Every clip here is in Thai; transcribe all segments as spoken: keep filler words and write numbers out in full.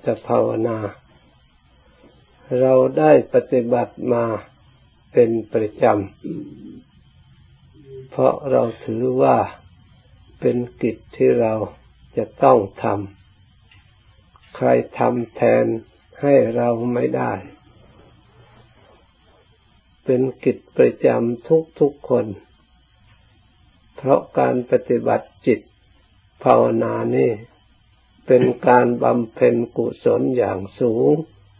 ตภาวนาเราได้ปฏิบัติมาเป็นประจำเพราะเราถือว่าเป็นกิจที่เราจะต้องทำใครทำแทนให้เราไม่ได้เป็นกิจประจำทุกๆคนเพราะการปฏิบัติจิตภาวนานี่เป็นการบำเพ็ญกุศลอย่างสูง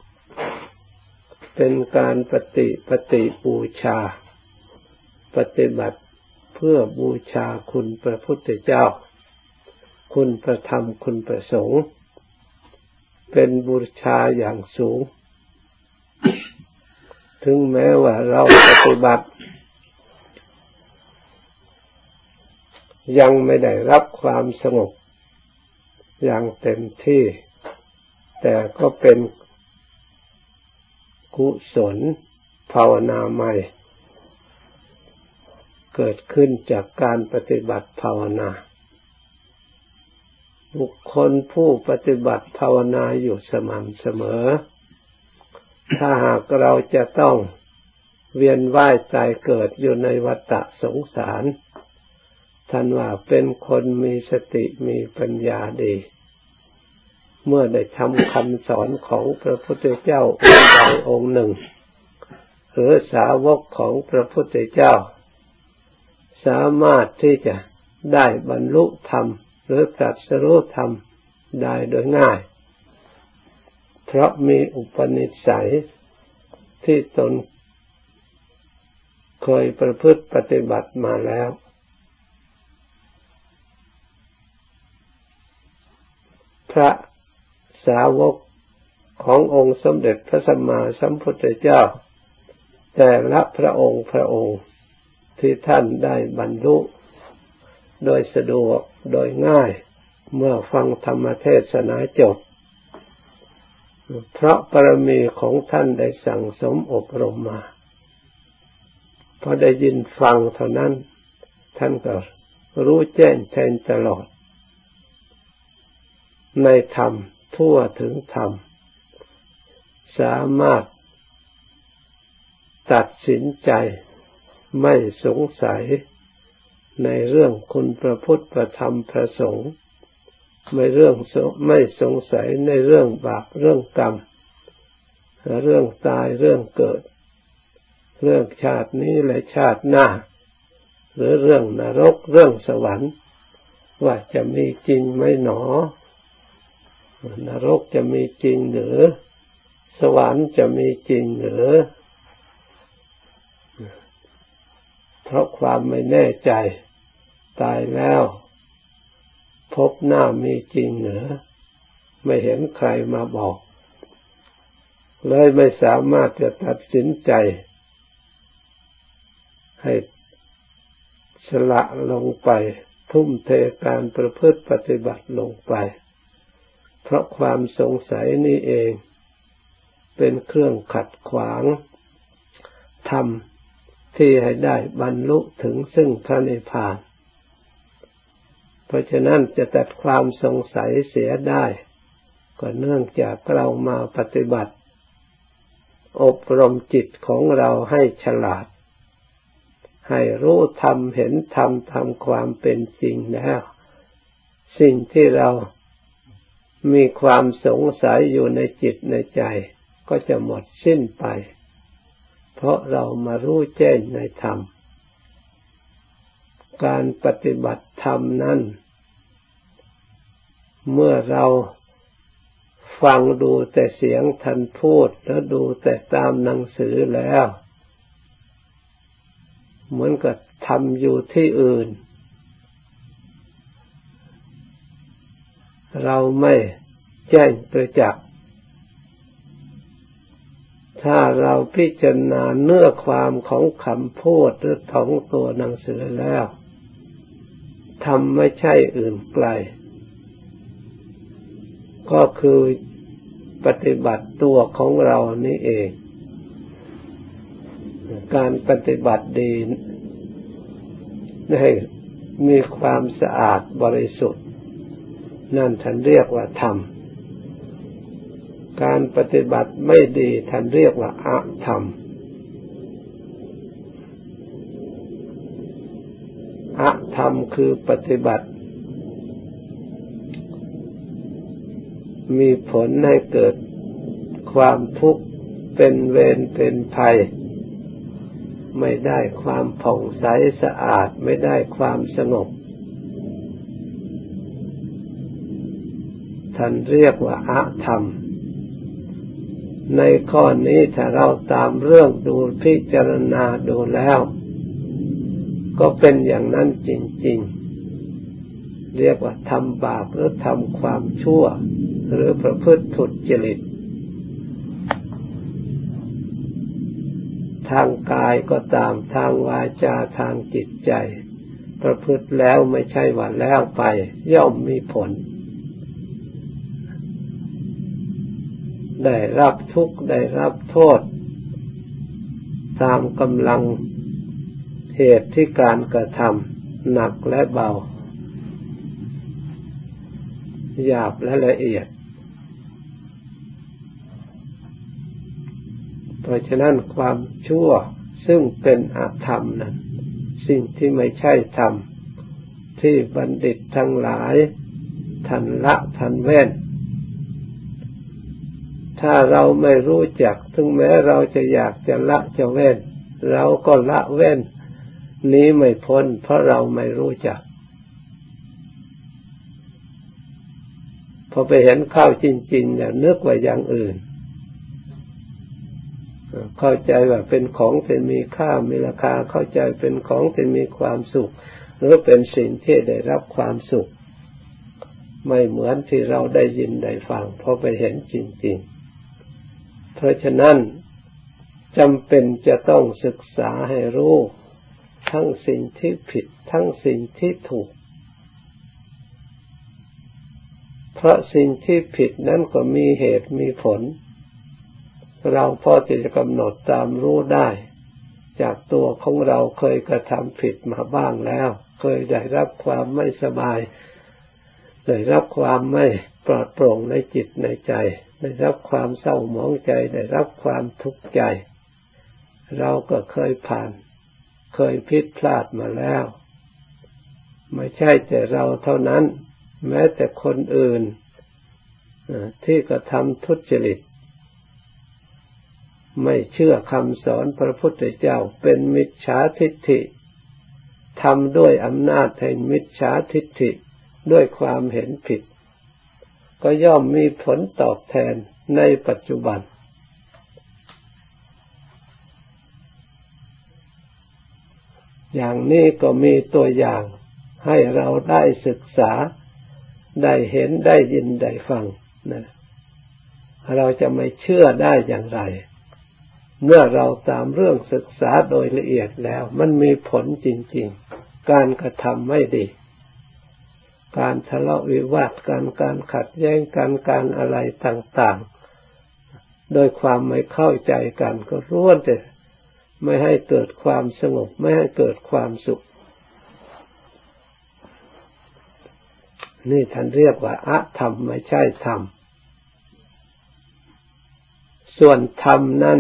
เป็นการปฏิปฏิบูชาปฏิบัติเพื่อบูชาคุณพระพุทธเจ้าคุณพระธรรมคุณพระสงฆ์เป็นบูชาอย่างสูงถึงแม้ว่าเราปฏิบัติยังไม่ได้รับความสงบอย่างเต็มที่แต่ก็เป็นกุศลภาวนาใหม่เกิดขึ้นจากการปฏิบัติภาวนาบุคคลผู้ปฏิบัติภาวนาอยู่สม่ำเสมอถ้าหากเราจะต้องเวียนว่ายตายเกิดอยู่ในวัฏสงสารท่านว่าเป็นคนมีสติมีปัญญาดีเมื่อได้ทำคำสอนของพระพุทธเจ้าองค์ใดองค์หนึ่งหรือสาวกของพระพุทธเจ้าสามารถที่จะได้บรรลุธรรมหรือตรัสรู้ธรรมได้โดยง่ายเพราะมีอุปนิสัยที่ตนเคยประพฤติปฏิบัติมาแล้วพระสาวกขององค์สมเด็จพระสัมมาสัมพุทธเจ้าแต่ละพระองค์พระองค์ที่ท่านได้บรรลุโดยสะดวกโดยง่ายเมื่อฟังธรรมเทศนาจบเพราะบารมีของท่านได้สั่งสมอบรมมาพอได้ยินฟังเท่านั้นท่านก็รู้แจ้งแทงตลอดในธรรมทั่วถึงธรรมสามารถตัดสินใจไม่สงสัยในเรื่องคุณพระพุทธพระธรรมพระสงฆ์ไม่เรื่องไม่สงสัยในเรื่องบาปเรื่องกรรมเรื่องตายเรื่องเกิดเรื่องชาตินี้และชาติหน้าหรือเรื่องนรกเรื่องสวรรค์ว่าจะมีจริงไหมหนอนรกจะมีจริงหรือสวรรค์จะมีจริงหรือเพราะความไม่แน่ใจตายแล้วพบหน้ามีจริงหรือไม่เห็นใครมาบอกเลยไม่สามารถจะตัดสินใจให้สละลงไปทุ่มเทการประพฤติปฏิบัติลงไปเพราะความสงสัยนี่เองเป็นเครื่องขัดขวางธรรมที่ให้ได้บรรลุถึงซึ่งพระนิพพานเพราะฉะนั้นจะตัดความสงสัยเสียได้ก็เนื่องจากเรามาปฏิบัติอบรมจิตของเราให้ฉลาดให้รู้ธรรมเห็นธรรมทำความเป็นจริงแล้วสิ่งที่เรามีความสงสัยอยู่ในจิตในใจก็จะหมดสิ้นไปเพราะเรามารู้แจ้งในธรรมการปฏิบัติธรรมนั้นเมื่อเราฟังดูแต่เสียงท่านพูดแล้วดูแต่ตามหนังสือแล้วเหมือนกับทำอยู่ที่อื่นเราไม่แจ้งประจักษ์ถ้าเราพิจารณาเนื้อความของคำพูดหรือของตัวหนังสือแล้วธรรมไม่ใช่อื่นไกลก็คือปฏิบัติตัวของเรานี่เองการปฏิบัติดีให้มีความสะอาดบริสุทธิ์นั่นท่านเรียกว่าธรรมการปฏิบัติไม่ดีท่านเรียกว่าอธรรมอธรรมคือปฏิบัติมีผลให้เกิดความทุกข์เป็นเวรเป็นภัยไม่ได้ความผ่องใสสะอาดไม่ได้ความสงบท่านเรียกว่าอธรรมในข้อนี้ถ้าเราตามเรื่องดูพิจารณาดูแล้วก็เป็นอย่างนั้นจริงๆเรียกว่าทำบาปหรือทำความชั่วหรือประพฤติทุจริตทางกายก็ตามทางวาจาทางจิตใจประพฤติแล้วไม่ใช่ว่าแล้วไปย่อมมีผลได้รับทุกข์ได้รับโทษตามกำลังเหตุที่การกระทำหนักและเบาหยาบและละเอียดเพราะฉะนั้นความชั่วซึ่งเป็นอธรรมนั้นสิ่งที่ไม่ใช่ธรรมที่บัณฑิตทั้งหลายท่านละท่านเว้นถ้าเราไม่รู้จักถึงแม้เราจะอยากจะละจะเว้นเราก็ละเว้นนี้ไม่พ้นเพราะเราไม่รู้จักพอไปเห็นข้าวจริงๆอย่านึกว่าอย่างอื่นเข้าใจว่าเป็นของที่มีค่ามีราคาเข้าใจเป็นของที่มีความสุขหรือเป็นสิ่งที่ได้รับความสุขไม่เหมือนที่เราได้ยินได้ฟังพอไปเห็นจริงๆเพราะฉะนั้นจำเป็นจะต้องศึกษาให้รู้ทั้งสิ่งที่ผิดทั้งสิ่งที่ถูกเพราะสิ่งที่ผิดนั้นก็มีเหตุมีผลเราพอที่จะกำหนดตามรู้ได้จากตัวของเราเคยกระทำผิดมาบ้างแล้วเคยได้รับความไม่สบายได้รับความไม่ปลอดโปร่งในจิตในใจได้รับความเศร้าหมองใจได้รับความทุกข์ใจเราก็เคยผ่านเคยผิดพลาดมาแล้วไม่ใช่แต่เราเท่านั้นแม้แต่คนอื่นที่กระทำทุจริตไม่เชื่อคำสอนพระพุทธเจ้าเป็นมิจฉาทิฏฐิทำด้วยอำนาจแห่งมิจฉาทิฏฐิด้วยความเห็นผิดก็ย่อมมีผลตอบแทนในปัจจุบันอย่างนี้ก็มีตัวอย่างให้เราได้ศึกษาได้เห็นได้ยินได้ฟังนะเราจะไม่เชื่อได้อย่างไรเมื่อเราตามเรื่องศึกษาโดยละเอียดแล้วมันมีผลจริงๆการกระทำไม่ดีการทะเลาะวิวาทกันการขัดแย้งกันการอะไรต่างๆโดยความไม่เข้าใจกันก็ล้วนแต่ไม่ให้เกิดความสงบไม่ให้เกิดความสุขนี่ท่านเรียกว่าอธรรมไม่ใช่ธรรมส่วนธรรมนั้น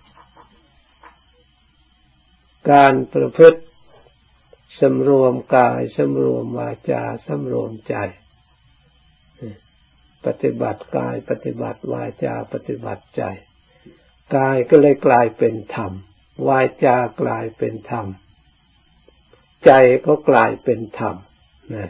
การประพฤติสำรวมกายสำรวมวาจาสำรวมใจปฏิบัติกายปฏิบัติวาจาปฏิบัติใจกายก็เลยกลายเป็นธรรมวาจากลายเป็นธรรมใจก็กลายเป็นธรรมนะ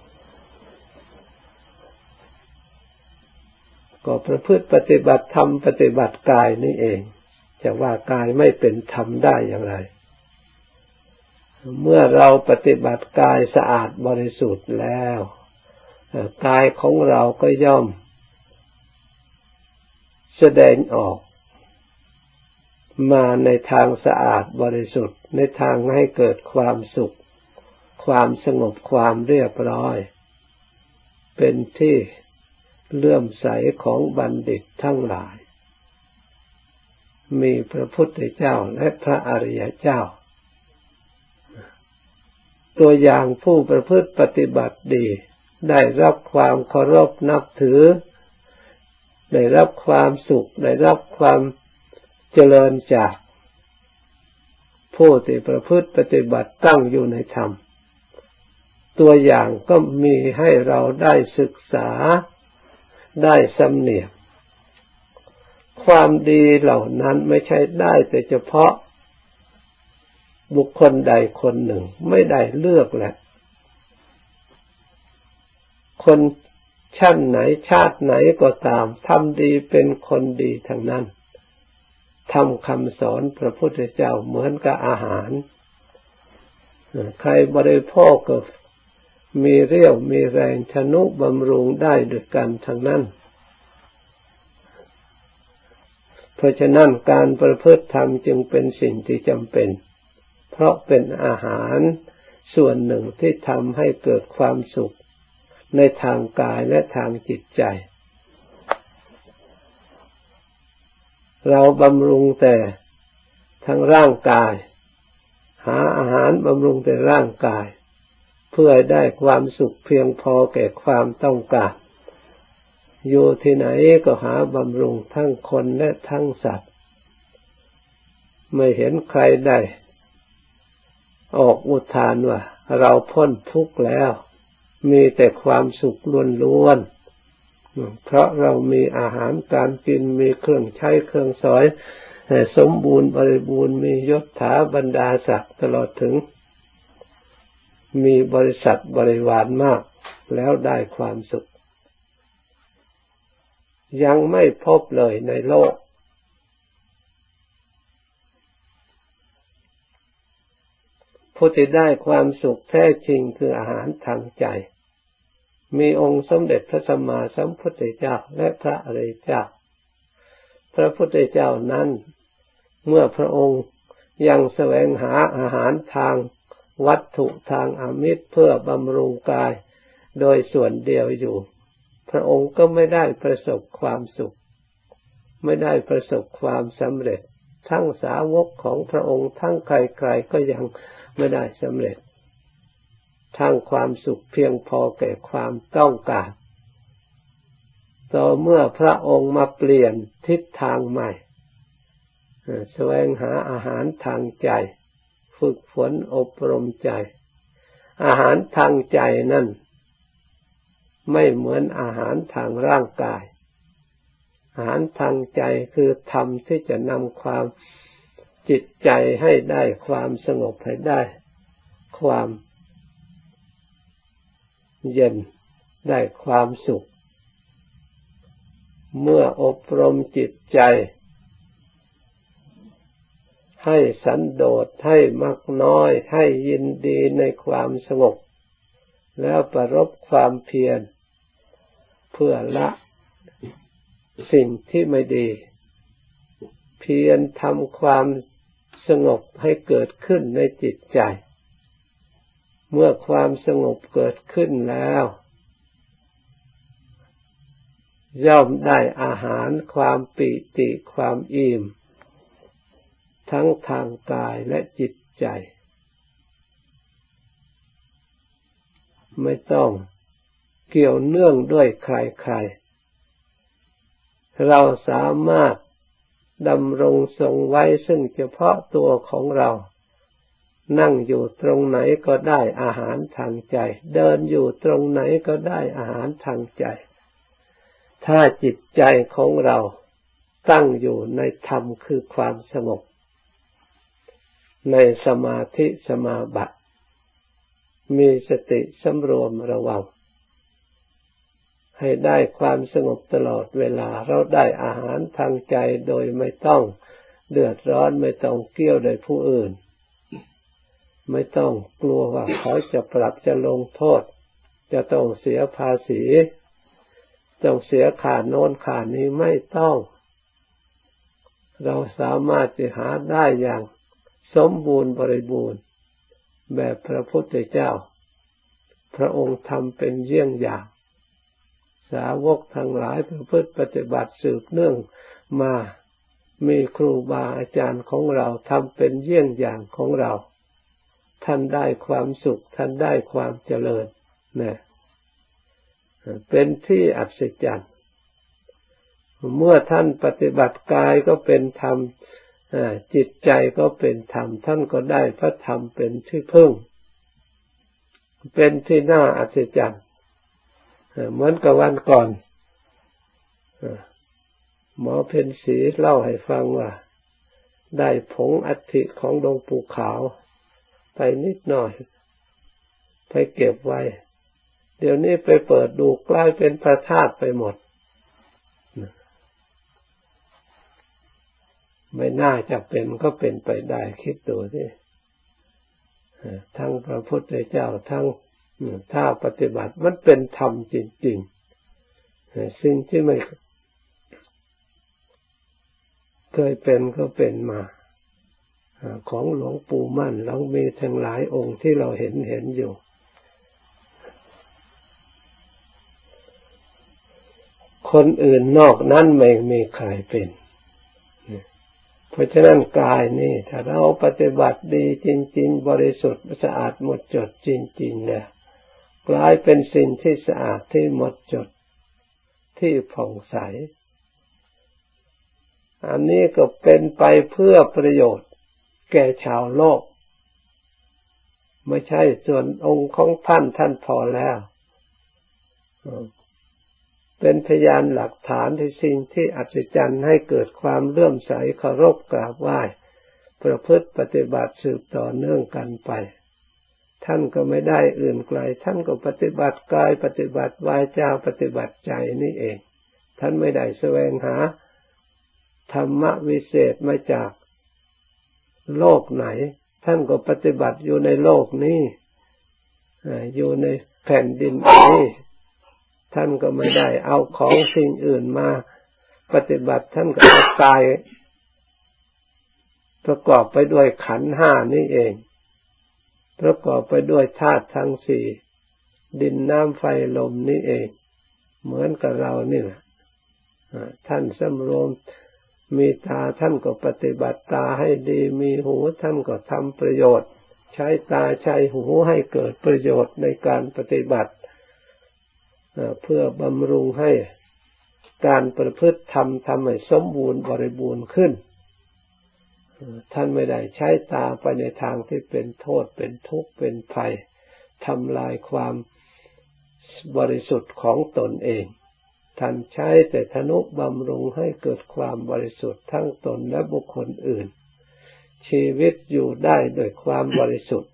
ก็ประพฤติปฏิบัติธรรมปฏิบัติกายนี่เองจะว่ากายไม่เป็นธรรมได้อย่างไรเมื่อเราปฏิบัติกายสะอาดบริสุทธิ์แล้วกายของเราก็ย่อมแสดงออกมาในทางสะอาดบริสุทธิ์ในทางให้เกิดความสุขความสงบความเรียบร้อยเป็นที่เลื่อมใสของบัณฑิตทั้งหลายมีพระพุทธเจ้าและพระอริยเจ้าตัวอย่างผู้ประพฤติปฏิบัติดีได้รับความเคารพนับถือได้รับความสุขได้รับความเจริญจากผู้ที่ประพฤติปฏิบัติตั้งอยู่ในธรรมตัวอย่างก็มีให้เราได้ศึกษาได้สำเนียกความดีเหล่านั้นไม่ใช่ได้แต่เฉพาะบุคคลใดคนหนึ่งไม่ได้เลือกแหละคนชั้นไหนชาติไหนก็ตามทำดีเป็นคนดีทั้งนั้นทำคำสอนพระพุทธเจ้าเหมือนกับอาหารใครบริโภคก็มีเรี่ยวมีแรงทนุบำรุงได้ด้วยกันทั้งนั้นเพราะฉะนั้นการประพฤติธรรมจึงเป็นสิ่งที่จำเป็นเพราะเป็นอาหารส่วนหนึ่งที่ทำให้เกิดความสุขในทางกายและทางจิตใจเราบำรุงแต่ทางร่างกายหาอาหารบำรุงแต่ร่างกายเพื่อให้ได้ความสุขเพียงพอแก่ความต้องการอยู่ที่ไหนก็หาบำรุงทั้งคนและทั้งสัตว์ไม่เห็นใครได้ออกอุทานว่าเราพ้นทุกข์แล้วมีแต่ความสุขล้วนๆเพราะเรามีอาหารการกินมีเครื่องใช้เครื่องสอยสมบูรณ์บริบูรณ์มียศถาบรรดาศักดิ์ตลอดถึงมีบริษัทบริวารมากแล้วได้ความสุขยังไม่พบเลยในโลกผู้ที่ได้ความสุขแท้จริงคืออาหารทางใจมีองค์สมเด็จพระสัมมาสัมพุทธเจ้าและพระอริยเจ้าพระพุทธเจ้านั้นเมื่อพระองค์ยังแสวงหาอาหารทางวัตถุทางอามิตรเพื่อบำรุงกายโดยส่วนเดียวอยู่พระองค์ก็ไม่ได้ประสบความสุขไม่ได้ประสบความสำเร็จทั้งสาวกของพระองค์ทั้งใครๆก็ยังไม่ได้สำเร็จทั้งความสุขเพียงพอแก่ความต้องการต่อเมื่อพระองค์มาเปลี่ยนทิศทางใหม่แสวงหาอาหารทางใจฝึกฝนอบรมใจอาหารทางใจนั่นไม่เหมือนอาหารทางร่างกายอาหารทางใจคือธรรมที่จะนำความจิตใจให้ได้ความสงบให้ได้ความเย็นได้ความสุขเมื่ออบรมจิตใจให้สันโดษให้มักน้อยให้ยินดีในความสงบแล้วประรบความเพียรเพื่อละสิ่งที่ไม่ดีเพียรทำความสงบให้เกิดขึ้นในจิตใจเมื่อความสงบเกิดขึ้นแล้วย่อมได้อาหารความปิติความอิ่มทั้งทางกายและจิตใจไม่ต้องเกี่ยวเนื่องด้วยใครๆเราสามารถดำรงทรงไว้ซึ่งเฉพาะตัวของเรานั่งอยู่ตรงไหนก็ได้อาหารทางใจเดินอยู่ตรงไหนก็ได้อาหารทางใจถ้าจิตใจของเราตั้งอยู่ในธรรมคือความสงบในสมาธิสมาบัติมีสติสำรวมระวังให้ได้ความสงบตลอดเวลาเราได้อาหารทางใจโดยไม่ต้องเดือดร้อนไม่ต้องเกี่ยวโดยผู้อื่นไม่ต้องกลัวว่าเขาจะปรับจะลงโทษจะต้องเสียภาษีต้องเสียค่าโน้นค่านี้ไม่ต้องเราสามารถจะหาได้อย่างสมบูรณ์บริบูรณ์แบบพระพุทธเจ้าพระองค์ทำเป็นเยี่ยงอย่างสาวกทั้งหลายประพฤติปฏิบัติสืบเนื่องมามีครูบาอาจารย์ของเราทำเป็นเยี่ยงอย่างของเราท่านได้ความสุขท่านได้ความเจริญนะเป็นที่อัศจรรย์เมื่อท่านปฏิบัติกายก็เป็นธรรมจิตใจก็เป็นธรรมท่านก็ได้พระธรรมเป็นที่พึ่งเป็นที่น่าอัศจรรย์เหมือนกับวันก่อนหมอเพ็ญศรีเล่าให้ฟังว่าได้ผงอัฐิของหลวงปู่ขาวไปนิดหน่อยไปเก็บไว้เดี๋ยวนี้ไปเปิดดูกลายเป็นพระธาตุไปหมดไม่น่าจะเป็นก็เป็นไปได้คิดดูสิทั้งพระพุทธเจ้าทั้งถ้าปฏิบัติมันเป็นธรรมจริงๆสิ่งที่ไม่เคยเป็นก็เป็นมาของหลวงปู่มั่นเรามีทั้งหลายองค์ที่เราเห็นเห็นอยู่คนอื่นนอกนั้นไม่มีใครเป็นเพราะฉะนั้นกายนี่ถ้าเราปฏิบัติดีจริงๆบริสุทธิ์สะอาดหมดจดจริงๆเนี่ยกลายเป็นสิ่งที่สะอาดที่หมดจดที่ผ่องใสอันนี้ก็เป็นไปเพื่อประโยชน์แก่ชาวโลกไม่ใช่ส่วนองค์ของท่านท่านพอแล้วเป็นพยานหลักฐานที่สิ่งที่อัศจรรย์ให้เกิดความเลื่อมใสเคารพกราบไหว้ประพฤติปฏิบัติสืบต่อเนื่องกันไปท่านก็ไม่ได้อื่นไกลท่านก็ปฏิบัติกายปฏิบัติวาจาปฏิบัติใจนี่เองท่านไม่ได้แสวงหาธรรมะวิเศษมาจากโลกไหนท่านก็ปฏิบัติอยู่ในโลกนี้อยู่ในแผ่นดินนี้ท่านก็ไม่ได้เอาของสิ่งอื่นมาปฏิบัติท่านก็เอากายประกอบไปด้วยขันธ์ห้านี่เองประกอบไปด้วยธาตุทั้งสี่ดินน้ำไฟลมนี่เองเหมือนกับเรานี่แหละท่านสำรวมมีตาท่านก็ปฏิบัติตาให้ดีมีหูท่านก็ทำประโยชน์ใช้ตาใช้หูให้เกิดประโยชน์ในการปฏิบัติเพื่อบำรุงให้การประพฤติธรรมทำให้สมบูรณ์บริบูรณ์ขึ้นท่านไม่ได้ใช้ตาไปในทางที่เป็นโทษเป็นทุกข์เป็นภัยทำลายความบริสุทธิ์ของตนเองท่านใช้แต่ทนุบำรุงให้เกิดความบริสุทธิ์ทั้งตนและบุคคลอื่นชีวิตอยู่ได้โดยความบริสุทธิ์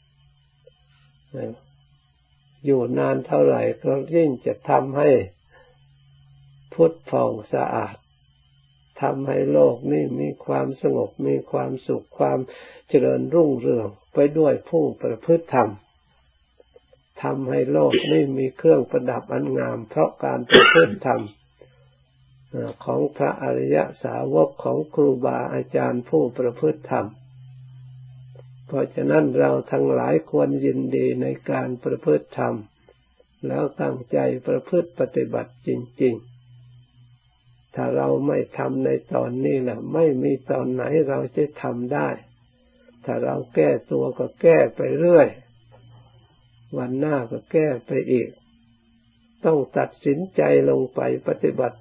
อยู่นานเท่าไหร่ก็ยิ่งจะทำให้พุทธผ่องสะอาดทำให้โลกนี้มีความสงบมีความสุขความเจริญรุ่งเรืองไปด้วยผู้ประพฤติธรรมทำให้โลกนี้มีเครื่องประดับอันงามเพราะการประพฤติธรรมของพระอริยสาวกของครูบาอาจารย์ผู้ประพฤติธรรมเพราะฉะนั้นเราทั้งหลายควรยินดีในการประพฤติธรรมแล้วตั้งใจประพฤติปฏิบัติจริงๆถ้าเราไม่ทำในตอนนี้ล่ะไม่มีตอนไหนเราจะทำได้ถ้าเราแก้ตัวก็แก้ไปเรื่อยวันหน้าก็แก้ไปอีกต้องตัดสินใจลงไปปฏิบัติ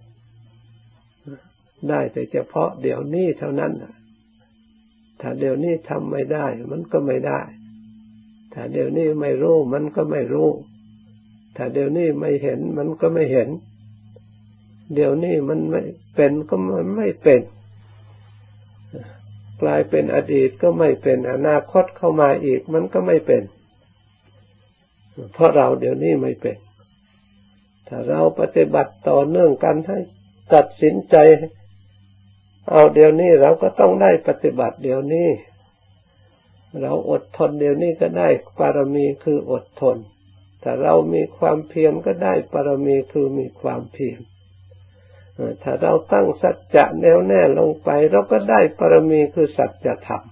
ได้แต่เฉพาะเดี๋ยวนี้เท่านั้นถ้าเดี๋ยวนี้ทำไม่ได้มันก็ไม่ได้ถ้าเดี๋ยวนี้ไม่รู้มันก็ไม่รู้ถ้าเดี๋ยวนี้ไม่เห็นมันก็ไม่เห็นเดี๋ยวนี้มันไม่เป็นก็มันไม่เป็นกลายเป็นอดีตก็ไม่เป็นอนาคตเข้ามาอีกมันก็ไม่เป็นเพราะเราเดี๋ยวนี้ไม่เป็นถ้าเราปฏิบัติต่อเนื่องกันให้ตัดสินใจเอาเดี๋ยวนี้เราก็ต้องได้ปฏิบัติเดี๋ยวนี้เราอดทนเดี๋ยวนี้ก็ได้ปารมีคืออดทนถ้าเรามีความเพียรก็ได้ปารมีคือมีความเพียรถ้าเราตั้งสัจจะแน่วแน่ลงไปเราก็ได้ปารมีคือสัจธรรม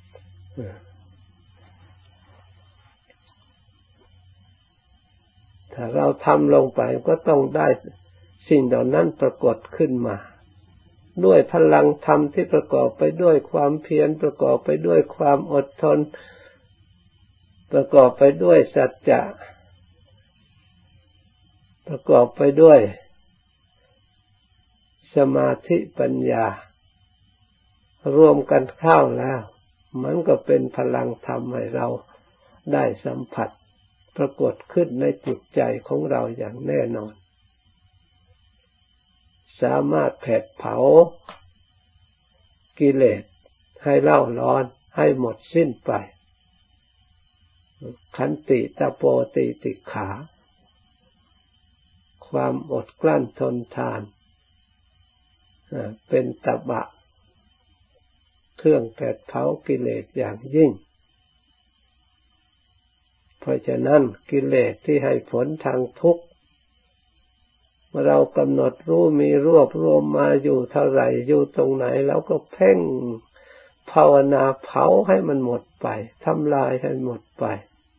ถ้าเราทำลงไปก็ต้องได้สิ่งเหล่านั้นปรากฏขึ้นมาด้วยพลังธรรมที่ประกอบไปด้วยความเพียรประกอบไปด้วยความอดทนประกอบไปด้วยสัจจะประกอบไปด้วยสมาธิปัญญารวมกันเข้าแล้วมันก็เป็นพลังธรรมให้เราได้สัมผัสปรากฏขึ้นในจิตใจของเราอย่างแน่นอนสามารถแผดเผากิเลสให้เล่าร้อนให้หมดสิ้นไปขันติตโปติติขาความอดกลั้นทนทานเป็นตบะเครื่องแผดเผากิเลสอย่างยิ่งเพราะฉะนั้นกิเลสที่ให้ผลทางทุกข์เรากำหนดรู้มีรวบรวมมาอยู่เท่าไหร่อยู่ตรงไหนเราก็เพ่งภาวนาเผาให้มันหมดไปทำลายให้หมดไป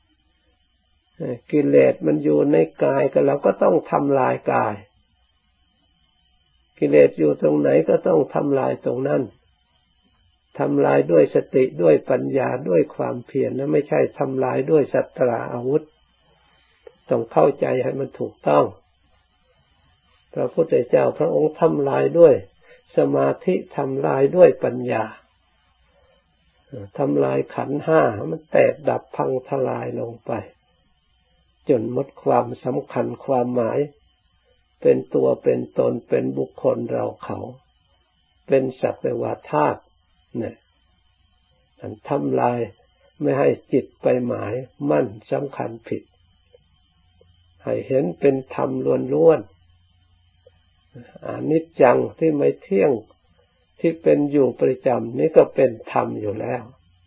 กิเลสมันอยู่ในกายก็เราก็ต้องทำลายกายกิเลสอยู่ตรงไหนก็ต้องทำลายตรงนั้นทำลายด้วยสติด้วยปัญญาด้วยความเพียรนะไม่ใช่ทำลายด้วยศัตราอาวุธต้องเข้าใจให้มันถูกต้องพระพุทธเจ้าพระองค์ทำลายด้วยสมาธิทำลายด้วยปัญญาทำลายขันธ์ห้ามันแตกดับพังทลายลงไปจนหมดความสำคัญความหมายเป็นตัวเป็นตนเป็นบุคคลเราเขาเป็นสักแต่ว่าธาตุเนี่ยมันทำลายไม่ให้จิตไปหมายมั่นสำคัญผิดให้เห็นเป็นธรรมล้วนๆอนิจจังที่ไม่เที่ยงที่เป็นอยู่ประจำนี่ก็เป็นธรรมอยู่แล้ว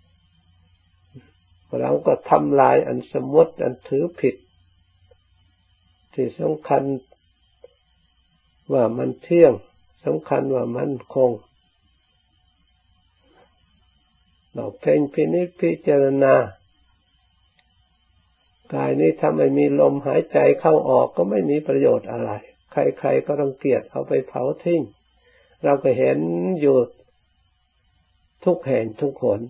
เราก็ทำลายอันสมมติอันถือผิดที่สำคัญว่ามันเที่ยงสำคัญว่ามันคงเราเพ่งพินิจพิจารณากายนี้ถ้าไม่มีลมหายใจเข้าออกก็ไม่มีประโยชน์อะไรใครๆก็รังเกียจเอาไปเผาทิ้งเราก็เห็นอยู่ทุกแห่งทุกหน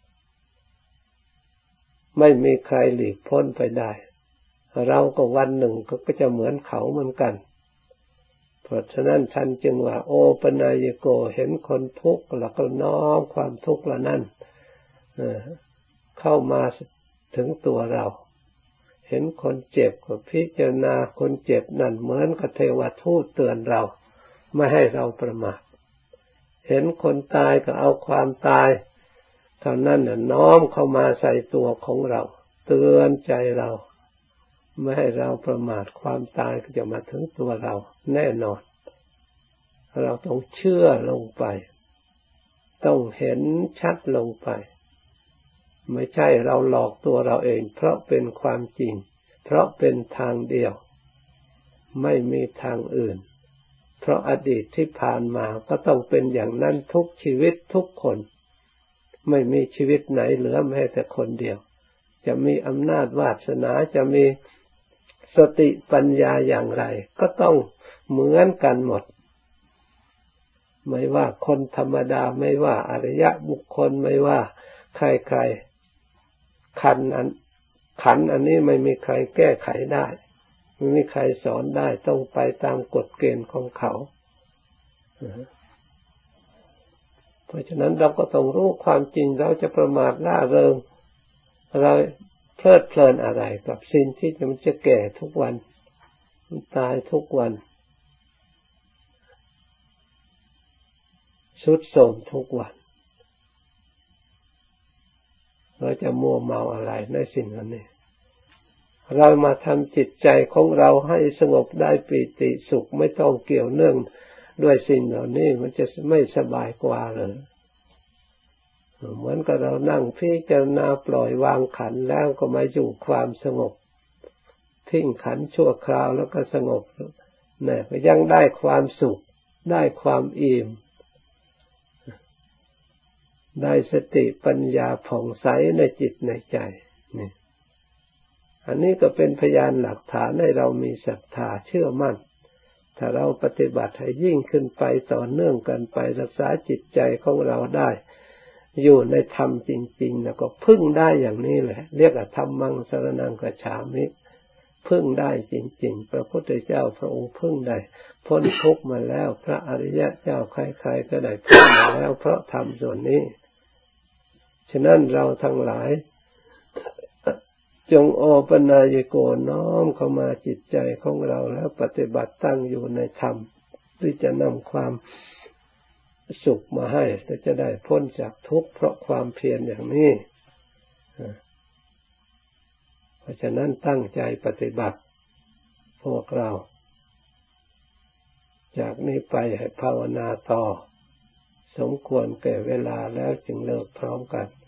ไม่มีใครหลีกพ้นไปได้เราก็วันหนึ่งก็จะเหมือนเขาเหมือนกันเพราะฉะนั้นท่านจึงว่าโอปนายโกเห็นคนทุกข์แล้วก็น้อมความทุกข์เหล่านั้นเข้ามาถึงตัวเราเห็นคนเจ็บก็พิจารณาคนเจ็บนั่นเหมือนกับเทวทูตเตือนเราไม่ให้เราประมาทเห็นคนตายก็เอาความตายเท่านั้นน่ะน้อมเข้ามาใส่ตัวของเราเตือนใจเราไม่ให้เราประมาทความตายก็จะมาถึงตัวเราแน่นอนเราต้องเชื่อลงไปต้องเห็นชัดลงไปไม่ใช่เราหลอกตัวเราเองเพราะเป็นความจริงเพราะเป็นทางเดียวไม่มีทางอื่นเพราะอดีตที่ผ่านมาก็ต้องเป็นอย่างนั้นทุกชีวิตทุกคนไม่มีชีวิตไหนเหลือแม้แต่คนเดียวจะมีอำนาจวาสนาจะมีสติปัญญาอย่างไรก็ต้องเหมือนกันหมดไม่ว่าคนธรรมดาไม่ว่าอริยบุคคลไม่ว่าใครๆขันอันขันอันนี้ไม่มีใครแก้ไขได้ไม่มีใครสอนได้ต้องไปตามกฎเกณฑ์ของเขาเพราะฉะนั้นเราก็ต้องรู้ความจริงเราจะประมาทล่าเริงเราเพลิดเพลินอะไรกับสิ่งที่มันจะแก่ทุกวันมันตายทุกวันทรุดโทรมทุกวันเราจะมัวเมาอะไรในสิ่งนั้นนี่เรามาทำจิตใจของเราให้สงบได้ปีติสุขไม่ต้องเกี่ยวเนื่องด้วยสิ่งเหล่านี้มันจะไม่สบายกว่าเลยเหมือนกับเรานั่งพิจารณาปล่อยวางขันธ์แล้วก็มาอยู่ความสงบทิ้งขันธ์ชั่วคราวแล้วก็สงบเนี่ยก็ยังได้ความสุขได้ความอิ่มได้สติปัญญาผ่องใสในจิตในใจนี่อันนี้ก็เป็นพยานหลักฐานให้เรามีศรัทธาเชื่อมั่นถ้าเราปฏิบัติให้ยิ่งขึ้นไปต่อเนื่องกันไปรักษาจิตใจของเราได้อยู่ในธรรมจริงๆแล้วก็พึ่งได้อย่างนี้แหละเรียกว่าธัมมังสรณังคัจฉามิพึ่งได้จริงๆพระพุทธเจ้าพระองค์พึ่งได้พ้นทุกข์มาแล้วพระอริยะเจ้าใครๆก็ได้พ้นมาแล้วเพราะธรรมส่วนนี้ฉะนั้นเราทั้งหลายจงโอปนายโกน้อมเข้ามาจิตใจของเราแล้วปฏิบัติตั้งอยู่ในธรรมที่จะนำความสุขมาให้จะได้พ้นจากทุกข์เพราะความเพียรอย่างนี้เพราะฉะนั้นตั้งใจปฏิบัติพวกเราจากนี้ไปให้ภาวนาต่อสมควรแก่เวลาแล้วจึงเลิกพร้อมกัน